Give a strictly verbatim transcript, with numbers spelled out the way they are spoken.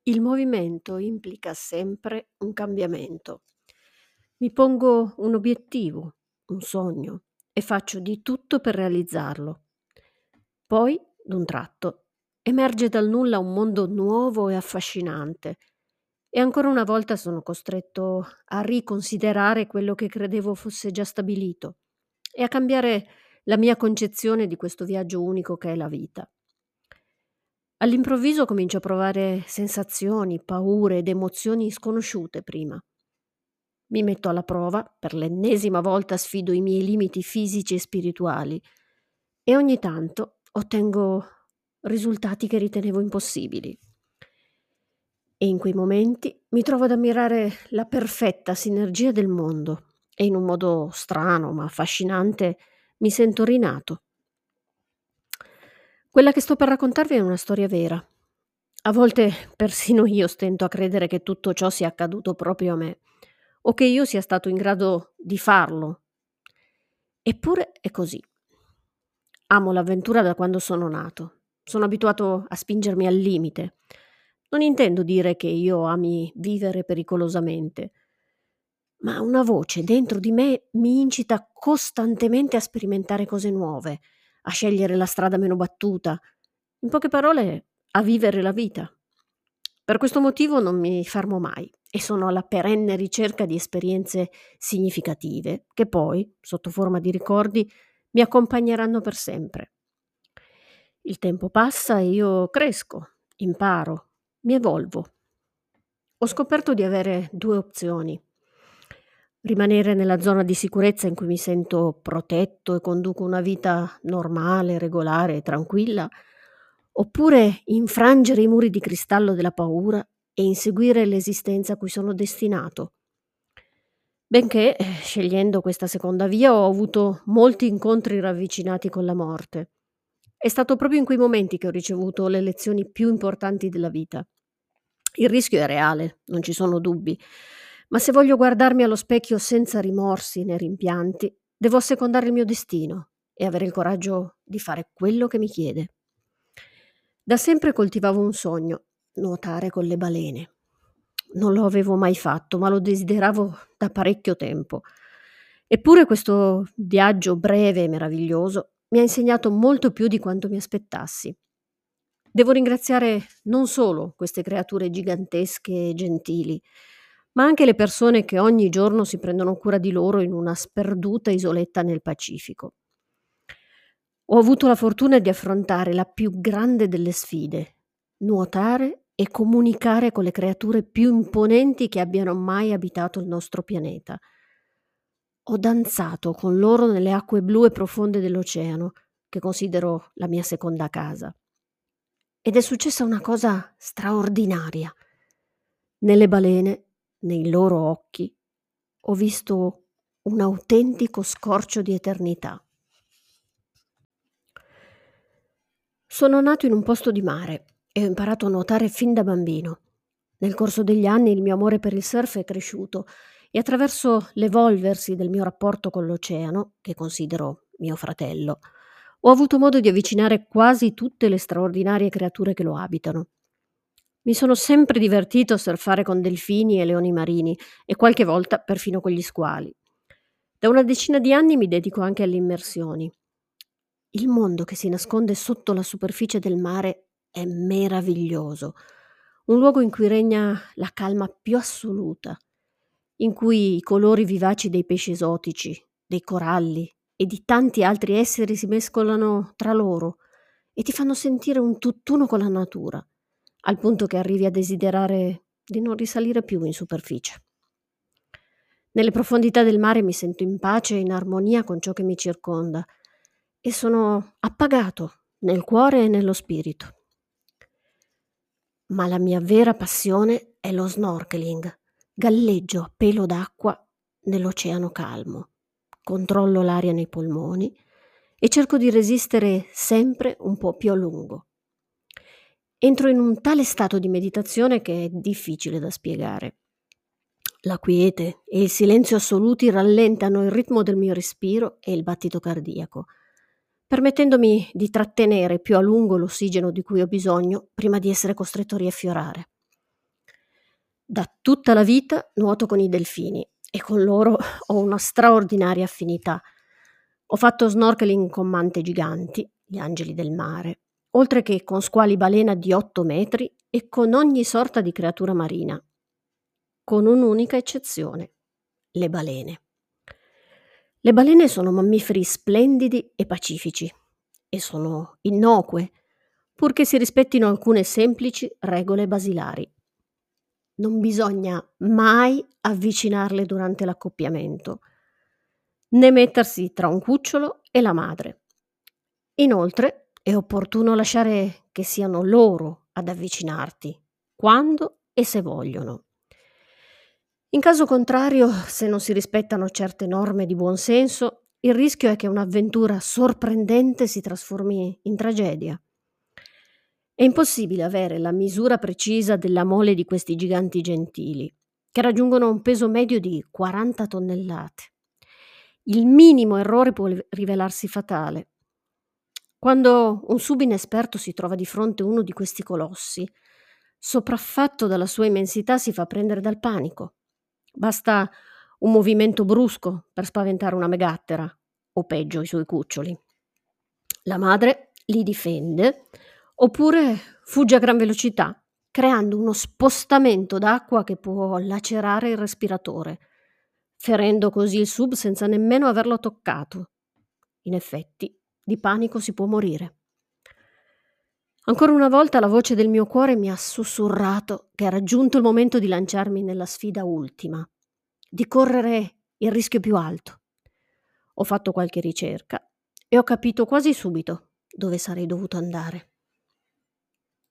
Il movimento implica sempre un cambiamento. Mi pongo un obiettivo, un sogno e faccio di tutto per realizzarlo. Poi, d'un tratto, emerge dal nulla un mondo nuovo e affascinante e ancora una volta sono costretto a riconsiderare quello che credevo fosse già stabilito e a cambiare la mia concezione di questo viaggio unico che è la vita. All'improvviso comincio a provare sensazioni, paure ed emozioni sconosciute prima. Mi metto alla prova, per l'ennesima volta sfido i miei limiti fisici e spirituali e ogni tanto ottengo risultati che ritenevo impossibili. E in quei momenti mi trovo ad ammirare la perfetta sinergia del mondo e in un modo strano ma affascinante mi sento rinato. Quella che sto per raccontarvi è una storia vera. A volte persino io stento a credere che tutto ciò sia accaduto proprio a me, o che io sia stato in grado di farlo. Eppure è così. Amo l'avventura da quando sono nato. Sono abituato a spingermi al limite. Non intendo dire che io ami vivere pericolosamente, ma una voce dentro di me mi incita costantemente a sperimentare cose nuove, a scegliere la strada meno battuta, in poche parole, a vivere la vita. Per questo motivo non mi fermo mai e sono alla perenne ricerca di esperienze significative che poi, sotto forma di ricordi, mi accompagneranno per sempre. Il tempo passa e io cresco, imparo, mi evolvo. Ho scoperto di avere due opzioni: rimanere nella zona di sicurezza in cui mi sento protetto e conduco una vita normale, regolare e tranquilla, oppure infrangere i muri di cristallo della paura e inseguire l'esistenza a cui sono destinato. Benché, eh, scegliendo questa seconda via, ho avuto molti incontri ravvicinati con la morte. È stato proprio in quei momenti che ho ricevuto le lezioni più importanti della vita. Il rischio è reale, non ci sono dubbi, ma se voglio guardarmi allo specchio senza rimorsi né rimpianti, devo assecondare il mio destino e avere il coraggio di fare quello che mi chiede. Da sempre coltivavo un sogno: nuotare con le balene. Non lo avevo mai fatto, ma lo desideravo da parecchio tempo. Eppure questo viaggio breve e meraviglioso mi ha insegnato molto più di quanto mi aspettassi. Devo ringraziare non solo queste creature gigantesche e gentili, ma anche le persone che ogni giorno si prendono cura di loro in una sperduta isoletta nel Pacifico. Ho avuto la fortuna di affrontare la più grande delle sfide: nuotare e comunicare con le creature più imponenti che abbiano mai abitato il nostro pianeta. Ho danzato con loro nelle acque blu e profonde dell'oceano, che considero la mia seconda casa. Ed è successa una cosa straordinaria. Nelle balene, nei loro occhi, ho visto un autentico scorcio di eternità. Sono nato in un posto di mare e ho imparato a nuotare fin da bambino. Nel corso degli anni il mio amore per il surf è cresciuto e attraverso l'evolversi del mio rapporto con l'oceano, che considero mio fratello, ho avuto modo di avvicinare quasi tutte le straordinarie creature che lo abitano. Mi sono sempre divertito a surfare con delfini e leoni marini e qualche volta perfino con gli squali. Da una decina di anni mi dedico anche alle immersioni. Il mondo che si nasconde sotto la superficie del mare è meraviglioso, un luogo in cui regna la calma più assoluta, in cui i colori vivaci dei pesci esotici, dei coralli e di tanti altri esseri si mescolano tra loro e ti fanno sentire un tutt'uno con la natura, al punto che arrivi a desiderare di non risalire più in superficie. Nelle profondità del mare mi sento in pace e in armonia con ciò che mi circonda e sono appagato nel cuore e nello spirito. Ma la mia vera passione è lo snorkeling. Galleggio a pelo d'acqua nell'oceano calmo, controllo l'aria nei polmoni e cerco di resistere sempre un po' più a lungo. Entro in un tale stato di meditazione che è difficile da spiegare. La quiete e il silenzio assoluti rallentano il ritmo del mio respiro e il battito cardiaco, permettendomi di trattenere più a lungo l'ossigeno di cui ho bisogno prima di essere costretto a riaffiorare. Da tutta la vita nuoto con i delfini e con loro ho una straordinaria affinità. Ho fatto snorkeling con mante giganti, gli angeli del mare, oltre che con squali balena di otto metri e con ogni sorta di creatura marina, con un'unica eccezione: le balene. Le balene sono mammiferi splendidi e pacifici e sono innocue, purché si rispettino alcune semplici regole basilari. Non bisogna mai avvicinarle durante l'accoppiamento, né mettersi tra un cucciolo e la madre. Inoltre, è opportuno lasciare che siano loro ad avvicinarti, quando e se vogliono. In caso contrario, se non si rispettano certe norme di buon senso, il rischio è che un'avventura sorprendente si trasformi in tragedia. È impossibile avere la misura precisa della mole di questi giganti gentili, che raggiungono un peso medio di quaranta tonnellate. Il minimo errore può li- rivelarsi fatale. Quando un subinesperto si trova di fronte a uno di questi colossi, sopraffatto dalla sua immensità, si fa prendere dal panico. Basta un movimento brusco per spaventare una megattera, o peggio i suoi cuccioli. La madre li difende oppure fugge a gran velocità, creando uno spostamento d'acqua che può lacerare il respiratore, ferendo così il sub senza nemmeno averlo toccato. In effetti, di panico si può morire. Ancora una volta la voce del mio cuore mi ha sussurrato che era giunto il momento di lanciarmi nella sfida ultima, di correre il rischio più alto. Ho fatto qualche ricerca e ho capito quasi subito dove sarei dovuto andare.